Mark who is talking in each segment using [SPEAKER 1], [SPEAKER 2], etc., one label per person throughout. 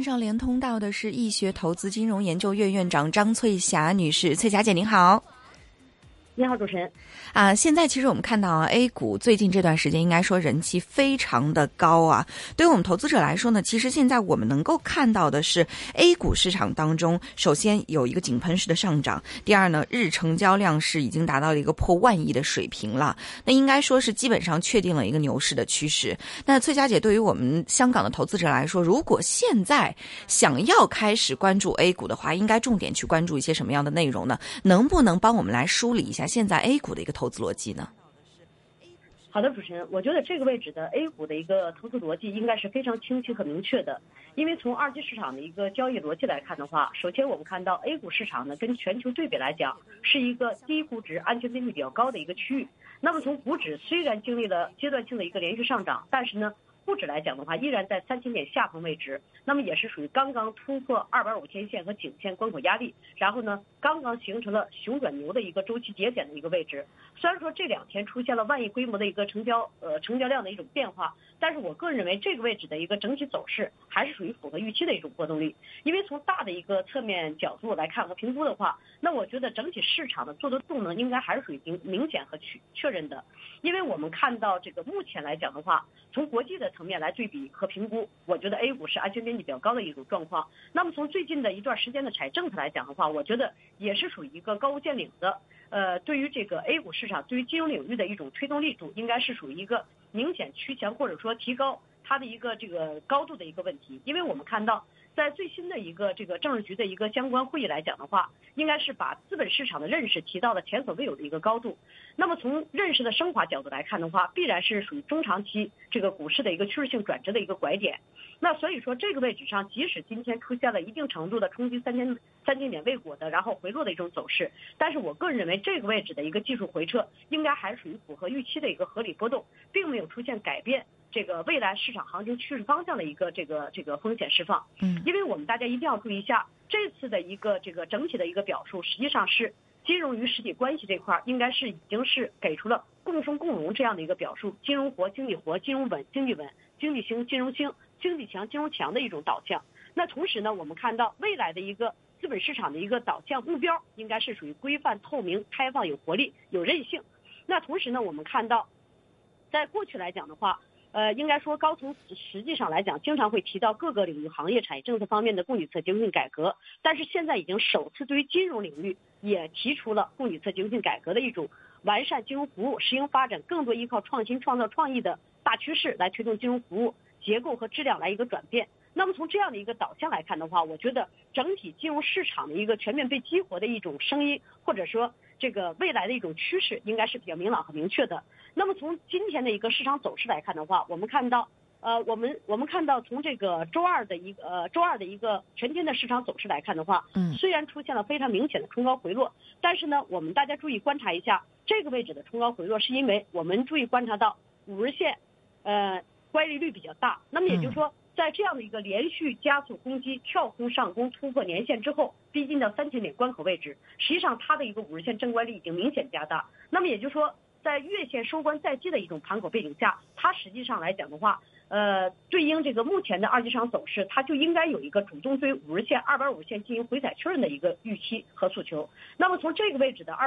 [SPEAKER 1] 线上连通到的是易学投资金融研究院院长张翠霞女士，翠霞姐您好。
[SPEAKER 2] 你好，主持人。
[SPEAKER 1] 现在其实我们看到A 股最近这段时间应该说人气非常的高啊。对于我们投资者来说呢，其实现在我们能够看到的是 A 股市场当中，首先有一个井喷式的上涨，第二呢，日成交量是已经达到了一个破万亿的水平了。那应该说是基本上确定了一个牛市的趋势。那翠霞姐对于我们香港的投资者来说，如果现在想要开始关注 A 股的话，应该重点去关注一些什么样的内容呢？能不能帮我们来梳理一下现在 A 股的一个投资逻辑呢？
[SPEAKER 2] 好的，主持人，我觉得这个位置的 A 股的一个投资逻辑应该是非常清晰和明确的。因为从二级市场的一个交易逻辑来看的话，首先我们看到 A 股市场呢跟全球对比来讲，是一个低估值、安全边际比较高的一个区域。那么从股指虽然经历了阶段性的一个连续上涨，但是呢，沪指来讲的话，依然在3000点下方位置，那么也是属于刚刚突破250天线和颈线关口压力，然后呢，刚刚形成了熊转牛的一个周期节点的一个位置。虽然说这2天出现了万亿规模的一个成交量的一种变化，但是我个人认为这个位置的一个整体走势还是属于符合预期的一种波动率。因为从大的一个侧面角度来看和评估的话，那我觉得整体市场的做多动能应该还是属于明显和确认的。因为我们看到这个目前来讲的话，从国际的层面来对比和评估，我觉得 A 股是安全边际比较高的一种状况。那么从最近的一段时间的采政策来讲的话，我觉得也是属于一个高屋建瓴的。对于这个 A 股市场，对于金融领域的一种推动力度，应该是属于一个明显趋强或者说提高它的一个这个高度的一个问题。因为我们看到在最新的一个这个政治局的一个相关会议来讲的话，应该是把资本市场的认识提到了前所未有的一个高度。那么从认识的升华角度来看的话，必然是属于中长期这个股市的一个趋势性转折的一个拐点。那所以说这个位置上，即使今天出现了一定程度的冲击3000点未果的然后回落的一种走势，但是我个人认为这个位置的一个技术回撤应该还属于符合预期的一个合理波动，并没有出现改变这个未来市场行情趋势方向的一个这个风险释放。因为我们大家一定要注意一下，这次的一个这个整体的一个表述，实际上是金融与实体关系这块应该是已经是给出了共生共荣这样的一个表述，金融活经济活，金融稳经济稳，经济兴金融兴，经济强金融强的一种导向。那同时呢，我们看到未来的一个资本市场的一个导向目标应该是属于规范透明开放有活力有韧性。那同时呢，我们看到在过去来讲的话，应该说高层实际上来讲经常会提到各个领域行业产业政策方面的供给侧结构性改革，但是现在已经首次对于金融领域也提出了供给侧结构性改革的一种完善金融服务实行发展更多依靠创新创造创意的大趋势，来推动金融服务结构和质量来一个转变。那么从这样的一个导向来看的话，我觉得整体金融市场的一个全面被激活的一种声音，或者说这个未来的一种趋势应该是比较明朗和明确的。那么从今天的一个市场走势来看的话，我们看到我们看到从这个周二的一个全天的市场走势来看的话，虽然出现了非常明显的冲高回落，但是呢，我们大家注意观察一下这个位置的冲高回落，是因为我们注意观察到50日线乖离率比较大。那么也就是说，在这样的一个连续加速攻击跳空上攻突破年线之后，逼近到3000点关口位置，实际上它的一个50日线正乖离已经明显加大。那么也就是说，在月线收官在即的一种盘口背景下，它实际上来讲的话，对应这个目前的二级市场走势，它就应该有一个主动对50日线、250线进行回踩确认的一个预期和诉求。那么从这个位置的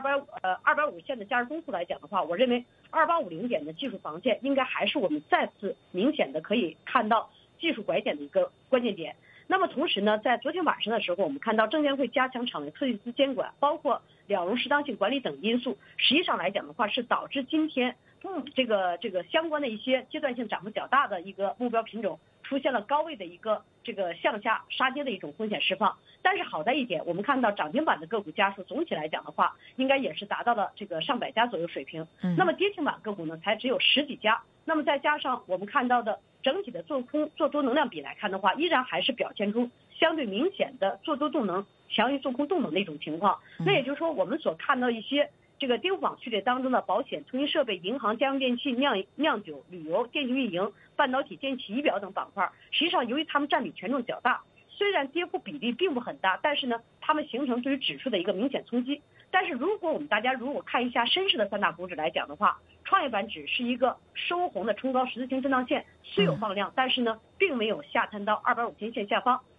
[SPEAKER 2] 250线的价值中枢来讲的话，我认为2850点的技术防线应该还是我们再次明显的可以看到技术拐点的一个关键点。那么同时呢，在昨天晚上的时候，我们看到证监会加强场内特许资监管，包括了融适当性管理等因素，实际上来讲的话，是导致今天这个相关的一些阶段性涨幅较大的一个目标品种出现了高位的一个这个向下杀跌的一种风险释放。但是好在一点，我们看到涨停板的个股家数总体来讲的话，应该也是达到了这个上百家左右水平。那么跌停板个股呢，才只有10几家。那么再加上我们看到的整体的做空做多能量比来看的话，依然还是表现出相对明显的做多动能强于做空动能的一种情况。那也就是说，我们所看到一些这个跌幅榜序列当中的保险、通信设备、银行、家用电器、酿酒、旅游、电信运营、半导体、电气仪表等板块，实际上由于它们占比权重较大，虽然跌幅比例并不很大，但是呢，它们形成对于指数的一个明显冲击。但是如果大家看一下深市的3大股指来讲的话，创业板指是一个收红的冲高十字星震荡线，虽有放量，但是呢，并没有下探到250天线下方。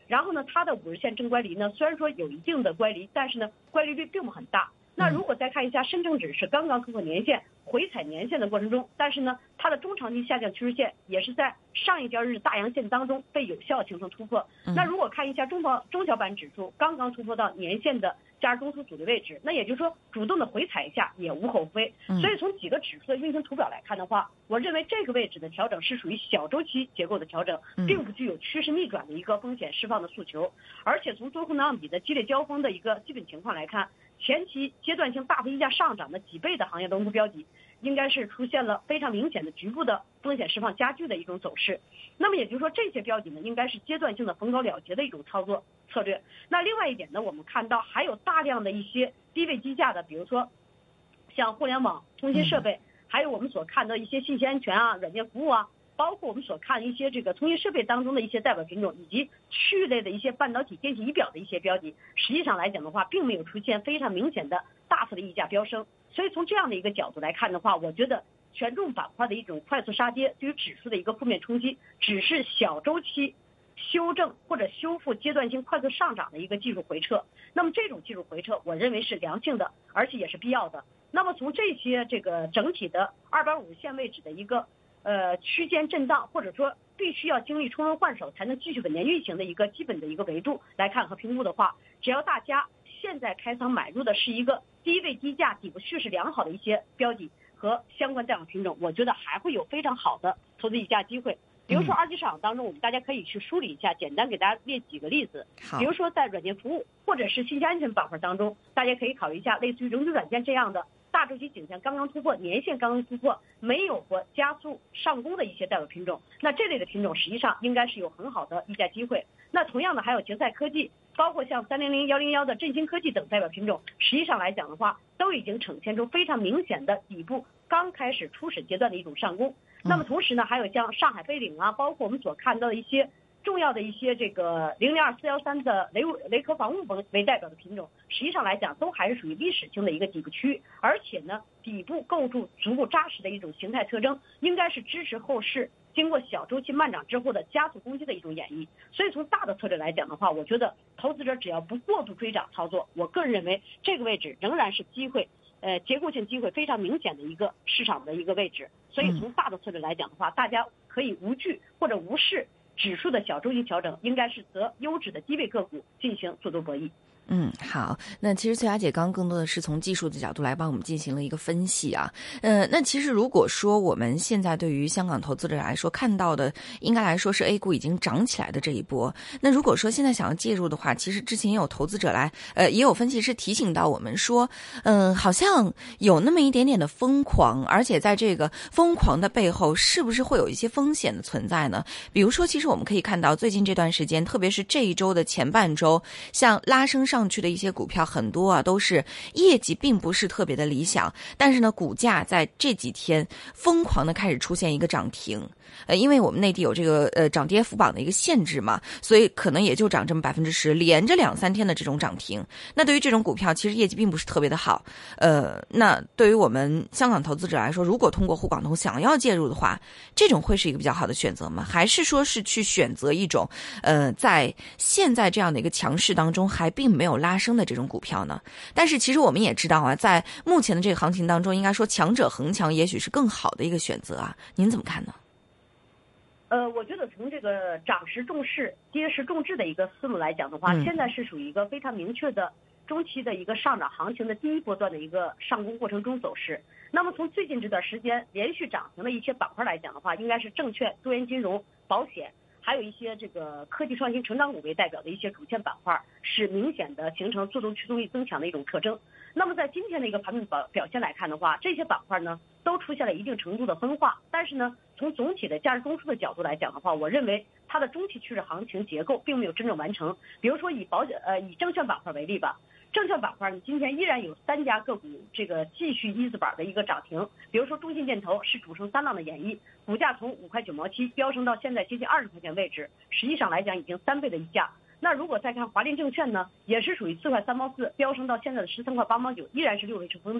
[SPEAKER 2] 然后呢，它的50线正乖离呢，虽然说有一定的乖离，但是呢，乖离率并不很大。那如果再看一下深成指是刚刚突破年线，回踩年线的过程中，但是呢，它的中长期下降趋势线也是在上一交易日大阳线当中被有效形成突破。那如果看一下中小板指数刚刚突破到年线的加日中枢阻力位置，那也就是说主动的回踩一下也无可厚非。所以从几个指数的运行图表来看的话，我认为这个位置的调整是属于小周期结构的调整，并不具有趋势逆转的一个风险释放的诉求。而且从多空能量比的激烈交锋的一个基本情况来看，前期阶段性大幅溢价上涨的几倍的行业龙头标的，应该是出现了非常明显的局部的风险释放加剧的一种走势。那么也就是说，这些标的呢，应该是阶段性的逢高了结的一种操作策略。那另外一点呢，我们看到还有大量的一些低位低价的，比如说像互联网、通信设备，还有我们所看到一些信息安全啊、软件服务啊，包括我们所看一些这个通信设备当中的一些代表品种，以及区域类的一些半导体、电信仪表的一些标的，实际上来讲的话，并没有出现非常明显的大幅的溢价飙升。所以从这样的一个角度来看的话，我觉得权重板块的一种快速杀跌对于指数的一个负面冲击，只是小周期修正或者修复阶段性快速上涨的一个技术回撤。那么这种技术回撤，我认为是良性的，而且也是必要的。那么从这些这个整体的250线位置的一个区间震荡，或者说必须要经历冲锋换手才能继续稳健运行的一个基本的一个维度来看和评估的话，只要大家现在开仓买入的是一个低位低价、底部蓄势良好的一些标的和相关代表品种，我觉得还会有非常好的投资溢价机会。比如说二级市场当中，我们大家可以去梳理一下，简单给大家列几个例子。比如说在软件服务或者是信息安全板块当中，大家可以考虑一下类似于融资软件这样的大周期景象刚刚突破、年线刚刚突破、没有过加速上攻的一些代表品种。那这类的品种实际上应该是有很好的溢价机会。那同样的还有捷赛科技，包括像300、101的振兴科技等代表品种，实际上来讲的话，都已经呈现出非常明显的底部刚开始初始阶段的一种上攻。那么同时呢，还有像上海飞领啊，包括我们所看到的一些重要的一些这个002、413的雷科防务为代表的品种，实际上来讲都还是属于历史性的一个底部区域，而且呢，底部构筑足够扎实的一种形态特征，应该是支持后市经过小周期慢涨之后的加速攻击的一种演绎。所以从大的策略来讲的话，我觉得投资者只要不过度追涨操作，我个人认为这个位置仍然是机会。结构性机会非常明显的一个市场的一个位置，所以从大的策略来讲的话，大家可以无惧或者无视指数的小周期调整，应该是择优质的低位个股进行做多博弈。
[SPEAKER 1] 好，那其实翠雅姐刚刚更多的是从技术的角度来帮我们进行了一个分析啊。那其实如果说我们现在对于香港投资者来说看到的，应该来说是 A 股已经涨起来的这一波。那如果说现在想要介入的话，其实之前也有投资者来，也有分析师提醒到我们说，好像有那么一点点的疯狂，而且在这个疯狂的背后，是不是会有一些风险的存在呢？比如说，其实我们可以看到最近这段时间，特别是这一周的前半周，像拉升上去的一些股票很多啊，都是业绩并不是特别的理想，但是呢，股价在这几天疯狂的开始出现一个涨停。因为我们内地有这个涨跌幅榜的一个限制嘛，所以可能也就涨这么10%，连着2-3天的这种涨停。那对于这种股票，其实业绩并不是特别的好。那对于我们香港投资者来说，如果通过沪港通想要介入的话，这种会是一个比较好的选择吗？还是说是去选择一种在现在这样的一个强势当中还并没有拉升的这种股票呢？但是其实我们也知道啊，在目前的这个行情当中，应该说强者恒强也许是更好的一个选择啊。您怎么看呢？
[SPEAKER 2] 我觉得从这个涨时重势、跌时重质的一个思路来讲的话，现在是属于一个非常明确的中期的一个上涨行情的第一波段的一个上攻过程中走势。那么从最近这段时间连续涨停的一些板块来讲的话，应该是证券、多元金融、保险，还有一些这个科技创新成长股为代表的一些主线板块，是明显的形成做多驱动力增强的一种特征。那么在今天的一个盘面表现来看的话，这些板块呢都出现了一定程度的分化，但是呢，从总体的价值中枢的角度来讲的话，我认为它的中期趋势行情结构并没有真正完成。比如说以证券板块为例吧，证券板块呢今天依然有3家个股这个继续一字板的一个涨停，比如说中信建投是主升3浪的演绎，股价从5块9毛7飙升到现在接近20块钱位置，实际上来讲已经3倍的溢价。那如果再看华电证券呢，也是属于4块3毛4飙升到现在的13块8毛9，依然是6位数封单。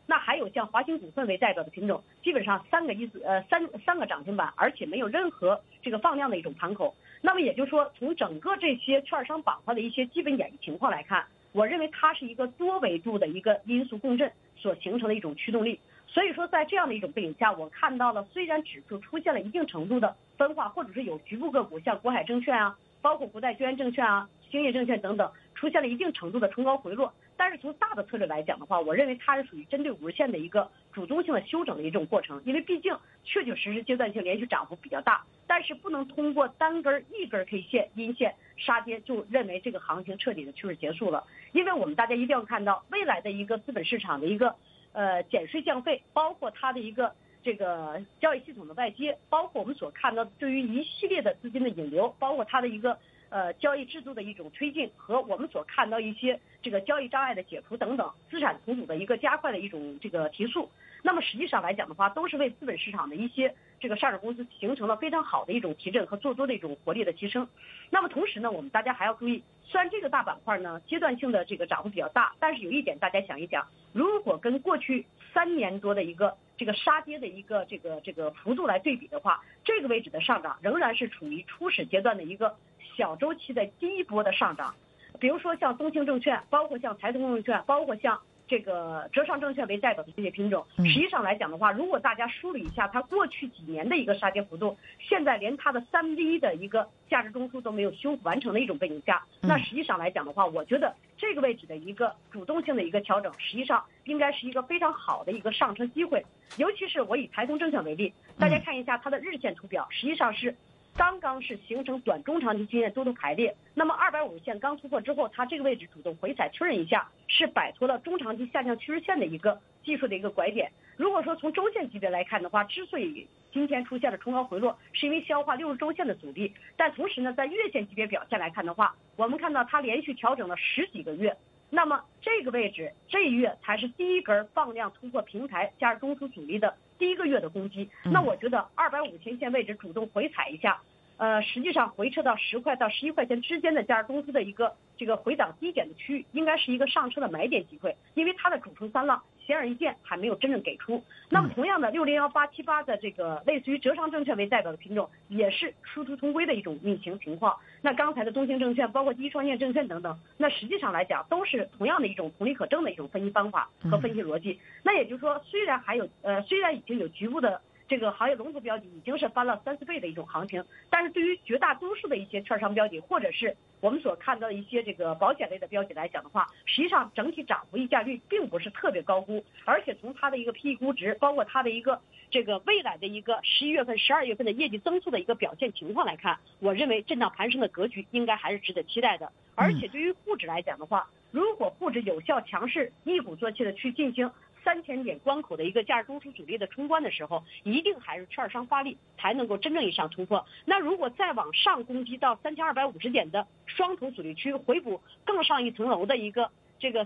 [SPEAKER 2] 那还有像华兴股份为代表的品种，基本上三个涨停板，而且没有任何这个放量的一种盘口。那么也就是说，从整个这些券商板块的一些基本演绎情况来看，我认为它是一个多维度的一个因素共振所形成的一种驱动力。所以说在这样的一种背景下，我看到了虽然指数出现了一定程度的分化，或者是有局部个股像国海证券啊，包括国泰君安证券啊、兴业证券等等出现了一定程度的冲高回落，但是从大的策略来讲的话，我认为它是属于针对50线的一个主动性的休整的一种过程。因为毕竟确确实实阶段性连续涨幅比较大，但是不能通过单根一根 K 线阴线杀跌就认为这个行情彻底的趋势结束了。因为我们大家一定要看到未来的一个资本市场的一个减税降费，包括它的一个这个交易系统的外接，包括我们所看到对于一系列的资金的引流，包括它的一个交易制度的一种推进，和我们所看到一些这个交易障碍的解除等等，资产重组的一个加快的一种这个提速。那么实际上来讲的话，都是为资本市场的一些这个上市公司形成了非常好的一种提振和做多的一种活力的提升。那么同时呢，我们大家还要注意，虽然这个大板块呢阶段性的这个涨幅比较大，但是有一点大家想一想，如果跟过去3年多的一个这个杀跌的一个这个幅度来对比的话，这个位置的上涨仍然是处于初始阶段的一个小周期的第一波的上涨。比如说像东兴证券，包括像财通证券，包括像这个浙商证券为代表的这些品种，实际上来讲的话，如果大家梳理一下它过去几年的一个杀跌幅度，现在连它的3V 的一个价值中枢都没有修复完成的一种背景下，那实际上来讲的话，我觉得这个位置的一个主动性的一个调整，实际上应该是一个非常好的一个上车机会。尤其是我以财通证券为例，大家看一下它的日线图表，实际上是刚刚是形成短中长期均线多头排列，那么250线刚突破之后，它这个位置主动回踩确认一下，是摆脱了中长期下降趋势线的一个技术的一个拐点。如果说从周线级别来看的话，之所以今天出现了冲高回落，是因为消化60周线的阻力，但同时呢，在月线级别表现来看的话，我们看到它连续调整了10几个月，那么这个位置这一月才是第一根放量突破平台加中枢阻力的第一个月的攻击。那我觉得250线位置主动回踩一下，实际上回撤到10块到11块钱之间的价值中枢的一个这个回档低点的区域，应该是一个上车的买点机会，因为它的主升三浪显而易见还没有真正给出。那么同样的601878的这个类似于浙商证券为代表的品种，也是殊途同归的一种运行情况。那刚才的东兴证券，包括第一创业证券等等，那实际上来讲都是同样的一种同理可证的一种分析方法和分析逻辑。那也就是说，虽然已经有局部的这个行业龙头标的已经是翻了3-4倍的一种行情，但是对于绝大多数的一些券商标的，或者是我们所看到的一些这个保险类的标的来讲的话，实际上整体涨幅溢价率并不是特别高估，而且从它的一个 PE 估值，包括它的一个这个未来的一个11月份、12月份的业绩增速的一个表现情况来看，我认为震荡盘升的格局应该还是值得期待的。而且对于沪指来讲的话，如果沪指有效强势一鼓作气的去进行3000点关口的一个价值中枢阻力的冲关的时候，一定还是券商发力才能够真正意义上突破。那如果再往上攻击到3250点的双头阻力区，回补更上一层楼的一个这个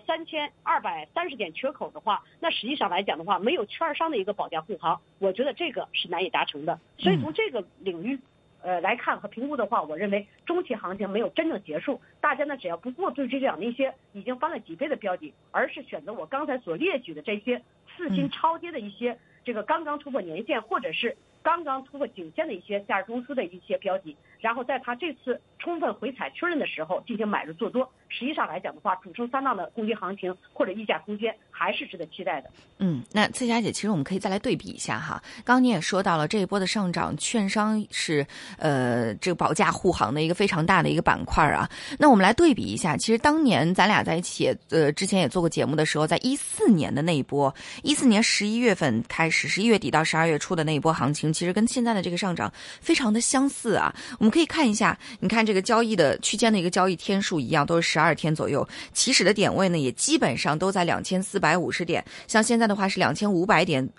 [SPEAKER 2] 3230点缺口的话，那实际上来讲的话，没有券商的一个保驾护航，我觉得这个是难以达成的。所以从这个领域来看和评估的话，我认为中期行情没有真正结束。大家呢只要不过度追涨那些已经翻了几倍的标的，而是选择我刚才所列举的这些次新超跌的一些这个刚刚突破年线或者是刚刚突破颈线的一些价值中枢的一些标的，然后在它这次充分回踩确认的时候进行买入做多，实际上来讲的话，主升三浪的攻击行情或者溢价空间还是值得期待的。
[SPEAKER 1] 那翠霞姐，其实我们可以再来对比一下哈。刚刚你也说到了这一波的上涨，券商是这个保驾护航的一个非常大的一个板块啊。那我们来对比一下，其实当年咱俩在一起之前也做过节目的时候，在14年的那一波，14年11月份开始，11月底到12月初的那一波行情，其实跟现在的这个上涨非常的相似啊。我们可以看一下，你看这个交易的区间的一个交易天数一样，都是12天左右，起始的点位呢也基本上都在2450点，像现在的话是2500点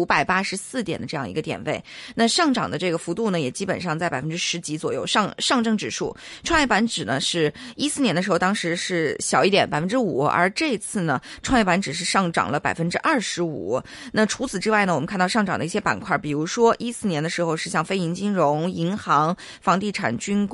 [SPEAKER 1] 584点的这样一个点位。那上涨的这个幅度呢也基本上在10%几左右。上证指数创业板指呢是14年的时候当时是小一点5%，而这次呢创业板指是上涨了25%。那除此之外呢，我们看到上涨的一些板块，比如说14年的时候是像非银金融、银行、房地产、军工、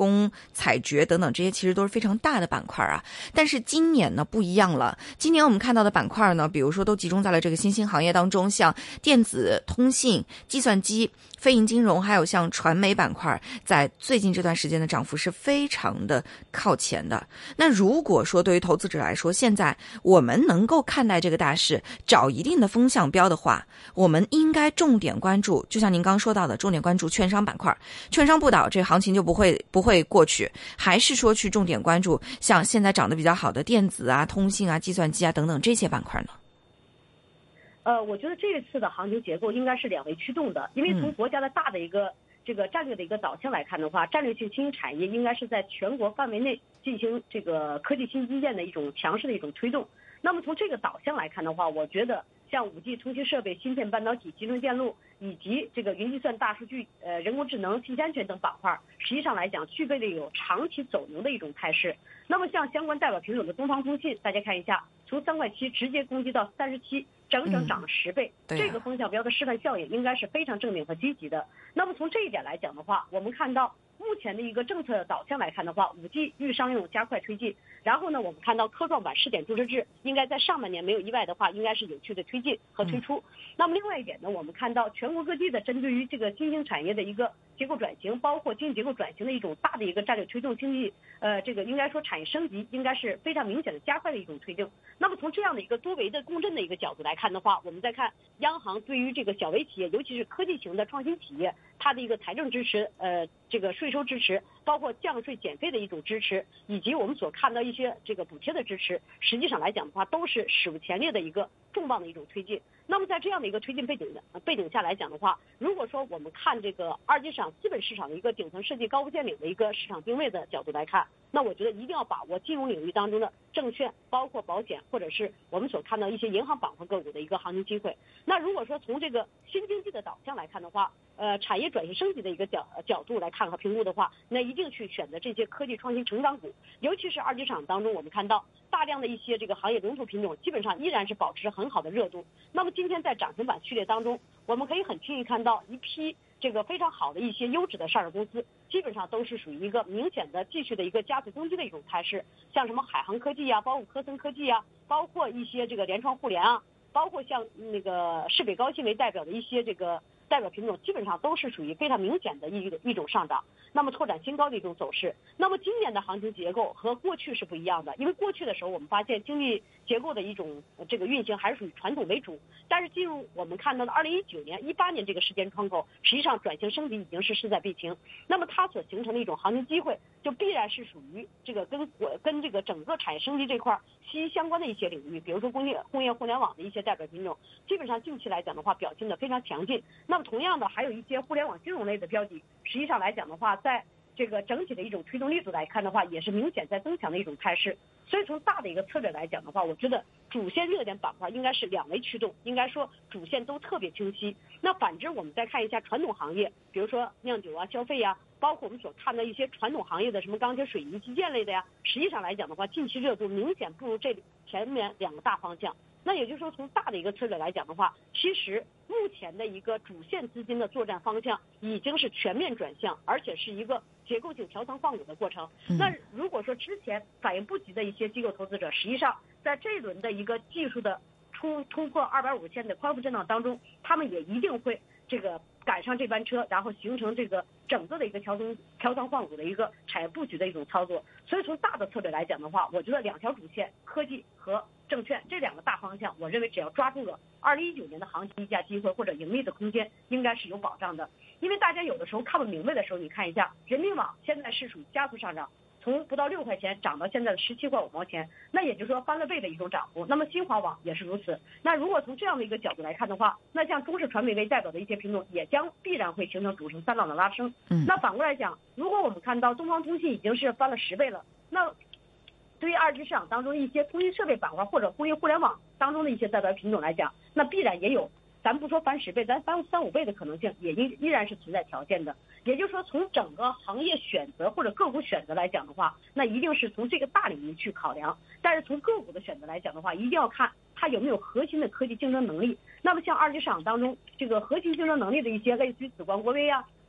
[SPEAKER 1] 采掘等等，这些其实都是非常大的板块啊。但是今年呢不一样了，今年我们看到的板块呢，比如说都集中在了这个新兴行业当中，像电子、通信、计算机、非银金融，还有像传媒板块，在最近这段时间的涨幅是非常的靠前的。那如果说对于投资者来说，现在我们能够看待这个大势，找一定的风向标的话，我们应该重点关注，就像您刚说到的，重点关注券商板块，券商不倒，这行情就不会过去，还是说去重点关注像现在涨得比较好的电子啊、通信啊、计算机啊等等这些板块呢？
[SPEAKER 2] 我觉得这一次的行情结构应该是两维驱动的，因为从国家的大的一个这个战略的一个导向来看的话，战略性新兴产业应该是在全国范围内进行这个科技新基建的一种强势的一种推动。那么从这个导向来看的话，我觉得像5G、通信设备、芯片、半导体、集成电路以及这个云计算、大数据、人工智能、信息安全等板块，实际上来讲具备了有长期走牛的一种态势。那么像相关代表品种的东方通信，大家看一下，从3块7直接攻击到37，整整涨了10倍，这个风向标的示范效应应该是非常正面和积极的。那么从这一点来讲的话，我们看到目前的一个政策导向来看的话，5G 预商用加快推进，然后呢，我们看到科创板试点注册制应该在上半年没有意外的话，应该是有序的推进和推出。那么另外一点呢，我们看到全国各地的针对于这个新兴产业的一个结构转型，包括经济结构转型的一种大的一个战略推动经济，这个应该说产业升级应该是非常明显的加快的一种推动。那么从这样的一个多维的共振的一个角度来看的话，我们再看央行对于这个小微企业，尤其是科技型的创新企业，它的一个财政支持，这个税收支持，包括降税减费的一种支持，以及我们所看到一些这个补贴的支持，实际上来讲的话，都是史无前例的一个重磅的一种推进。那么在这样的一个推进背景下来讲的话，如果说我们看这个二级市场资本市场的一个顶层设计高屋建瓴的一个市场定位的角度来看，那我觉得一定要把握金融领域当中的证券，包括保险，或者是我们所看到一些银行板块个股的一个行情机会。那如果说从这个新经济的导向来看的话，产业转型升级的一个角度来看和评估的话，那一定去选择这些科技创新成长股，尤其是二级市场当中，我们看到大量的一些这个行业龙头品种基本上依然是保持很好的热度。那么今天在涨停板序列当中，我们可以很轻易看到一批这个非常好的一些优质的上市公司，基本上都是属于一个明显的继续的一个加速攻击的一种态势，像什么海航科技啊，包括科森科技啊，包括一些这个联创互联啊，包括像那个市北高新为代表的一些这个代表品种，基本上都是属于非常明显的一种上涨，那么拓展新高的一种走势。那么今年的行情结构和过去是不一样的，因为过去的时候我们发现经济结构的一种这个运行还是属于传统为主，但是进入我们看到的2019年、18年这个时间窗口，实际上转型升级已经是势在必行。那么它所形成的一种行情机会，就必然是属于这个跟这个整个产业升级这块息息相关的一些领域，比如说工业互联网的一些代表品种，基本上近期来讲的话表现得非常强劲。那么同样的，还有一些互联网金融类的标的，实际上来讲的话，在这个整体的一种推动力度来看的话，也是明显在增强的一种态势。所以从大的一个策略来讲的话，我觉得主线热点板块应该是两维驱动，应该说主线都特别清晰。那反之，我们再看一下传统行业，比如说酿酒啊、消费呀，包括我们所看到一些传统行业的什么钢铁、水泥、基建类的呀，实际上来讲的话，近期热度明显不如这前面两个大方向。那也就是说，从大的一个策略来讲的话，其实目前的一个主线资金的作战方向已经是全面转向，而且是一个结构性调仓放股的过程。那如果说之前反应不及的一些机构投资者，实际上在这一轮的一个技术的突破250线的宽幅震荡当中，他们也一定会这个赶上这班车，然后形成这个整个的一个调仓换股的一个产业布局的一种操作。所以从大的策略来讲的话，我觉得两条主线，科技和证券这两个大方向，我认为只要抓住了2019年的行情溢价机会或者盈利的空间，应该是有保障的。因为大家有的时候看不明白的时候，你看一下人民网现在是属于加速上涨，从不到6块钱涨到现在的17块5毛钱，那也就是说翻了倍的一种涨幅。那么新华网也是如此。那如果从这样的一个角度来看的话，那像中视传媒为代表的一些品种也将必然会形成主升三浪的拉升。那反过来讲，如果我们看到东方通信已经是翻了10倍了，那对于二级市场当中一些通信设备板块或者工业互联网当中的一些代表品种来讲，那必然也有，咱不说翻10倍，咱翻3、5倍的可能性也依然是存在条件的。也就是说，从整个行业选择或者个股选择来讲的话，那一定是从这个大领域去考量。但是从个股的选择来讲的话，一定要看它有没有核心的科技竞争能力。那么像二级市场当中这个核心竞争能力的一些类似于紫光国微啊，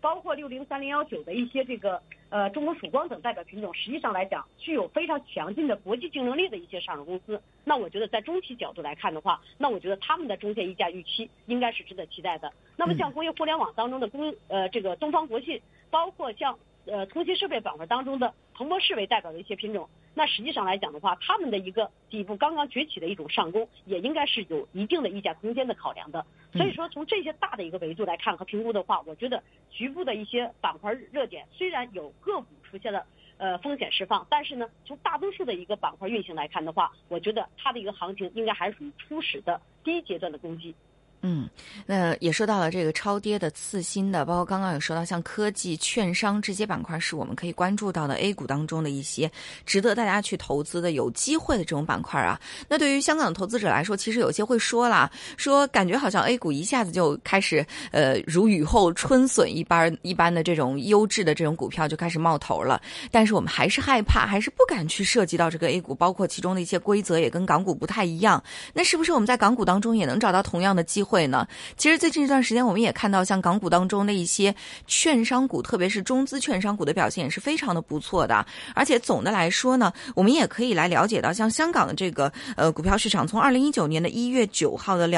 [SPEAKER 2] 包括603、019的一些这个中国曙光等代表品种，实际上来讲具有非常强劲的国际竞争力的一些上市公司。那我觉得在中期角度来看的话，那我觉得他们的中线溢价预期应该是值得期待的。那么像工业互联网当中的这个东方国信，包括像通信设备板块当中的彭博士为代表的一些品种，那实际上来讲的话，他们的一个底部刚刚崛起的一种上攻，也应该是有一定的溢价空间的考量的。所以说从这些大的一个维度来看和评估的话，我觉得局部的一些板块热点虽然有个股出现了风险释放，但是呢，从大多数的一个板块运行来看的话，我觉得它的一个行情应该还是属于初始的第一阶段的攻击。
[SPEAKER 1] 那也说到了这个超跌的次新的，包括刚刚有说到像科技、券商这些板块是我们可以关注到的 A 股当中的一些值得大家去投资的有机会的这种板块啊。那对于香港的投资者来说，其实有些会说啦，说感觉好像 A 股一下子就开始如雨后春笋一般的这种优质的这种股票就开始冒头了，但是我们还是害怕，还是不敢去涉及到这个 A 股，包括其中的一些规则也跟港股不太一样。那是不是我们在港股当中也能找到同样的机会呢？其实最近这段时间我们也看到像港股当中的一些券商股，特别是中资券商股的表现也是非常的不错的。而且总的来说呢，我们也可以来了解到像香港的这个股票市场，从2019年的1月9号的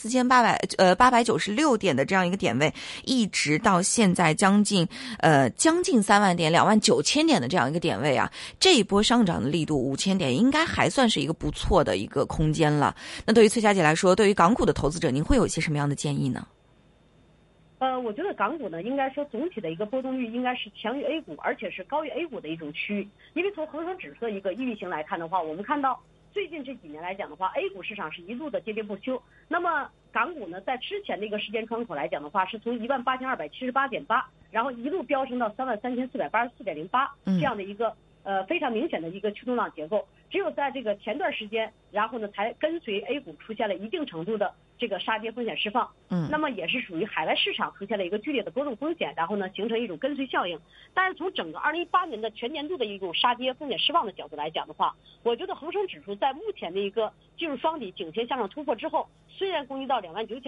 [SPEAKER 1] 24896点的这样一个点位，一直到现在将近3万点29000点的这样一个点位啊，这一波上涨的力度5000点应该还算是一个不错的一个空间了。那对于崔小姐来说，对于港股的投资者您会有一些什么样的建议呢？
[SPEAKER 2] 我觉得港股呢，应该说总体的一个波动率应该是强于 A 股，而且是高于 A 股的一种区域。因为从恒生指数的一个运行来看的话，我们看到最近这几年来讲的话 ，A 股市场是一路的跌跌不休。那么港股呢，在之前的一个时间窗口来讲的话，是从18278.8，然后一路飙升到33484.08这样的一个非常明显的一个驱动浪结构。只有在这个前段时间，然后呢才跟随 A 股出现了一定程度的这个杀跌风险释放。那么也是属于海外市场出现了一个剧烈的波动风险，然后呢形成一种跟随效应。但是从整个2018年的全年度的一种杀跌风险释放的角度来讲的话，我觉得恒生指数在目前的一个技术双底颈线向上突破之后，虽然攻击到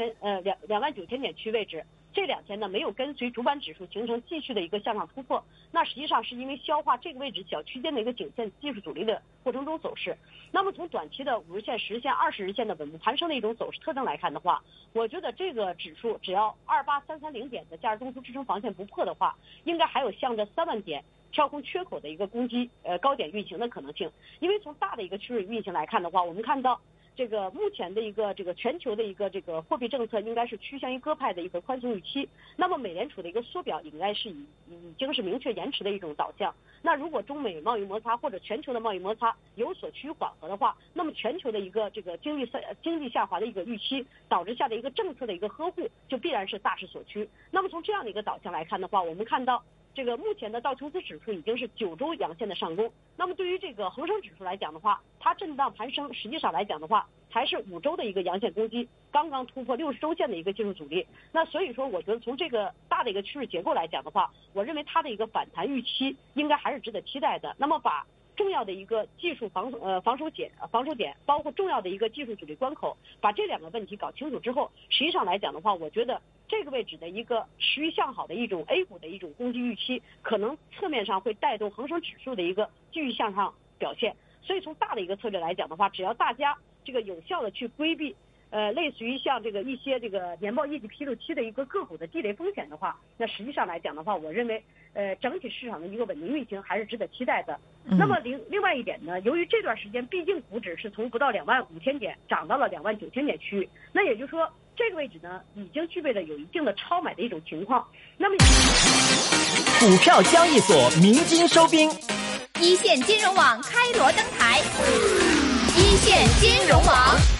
[SPEAKER 2] 29000点区位置，这2天呢没有跟随主板指数形成继续的一个向上突破，那实际上是因为消化这个位置小区间的一个颈线技术阻力的过程中走势。那么从短期的50日线、10日线、20日线的稳步攀升的一种走势特征来看的话，我觉得这个指数只要28330点的价值中枢支撑防线不破的话，应该还有向着3万点跳空缺口的一个攻击高点运行的可能性。因为从大的一个趋势运行来看的话，我们看到这个目前的一个这个全球的一个这个货币政策应该是趋向于鸽派的一个宽松预期。那么美联储的一个缩表应该是已经是明确延迟的一种导向。那如果中美贸易摩擦或者全球的贸易摩擦有所趋于缓和的话，那么全球的一个这个经济下滑的一个预期导致下的一个政策的一个呵护就必然是大势所趋。那么从这样的一个导向来看的话，我们看到这个目前的道琼斯指数已经是9周阳线的上攻。那么对于这个恒生指数来讲的话，它震荡盘升，实际上来讲的话才是5周的一个阳线攻击，刚刚突破60周线的一个技术阻力。那所以说我觉得从这个大的一个趋势结构来讲的话，我认为它的一个反弹预期应该还是值得期待的。那么把重要的一个技术防守点，包括重要的一个技术阻力关口，把这2个问题搞清楚之后，实际上来讲的话，我觉得这个位置的一个持续向好的一种 A 股的一种攻击预期，可能侧面上会带动恒生指数的一个继续向上表现。所以从大的一个策略来讲的话，只要大家这个有效的去规避类似于像这个一些这个年报业绩披露期的一个个股的地雷风险的话，那实际上来讲的话，我认为整体市场的一个稳定运行还是值得期待的。那么另外一点呢，由于这段时间毕竟股指是从不到25000点涨到了29000点区域，那也就是说这个位置呢已经具备了有一定的超买的一种情况。那么
[SPEAKER 3] 股票交易所鸣金收兵，
[SPEAKER 4] 一线金融网开锣登台，一线金融网。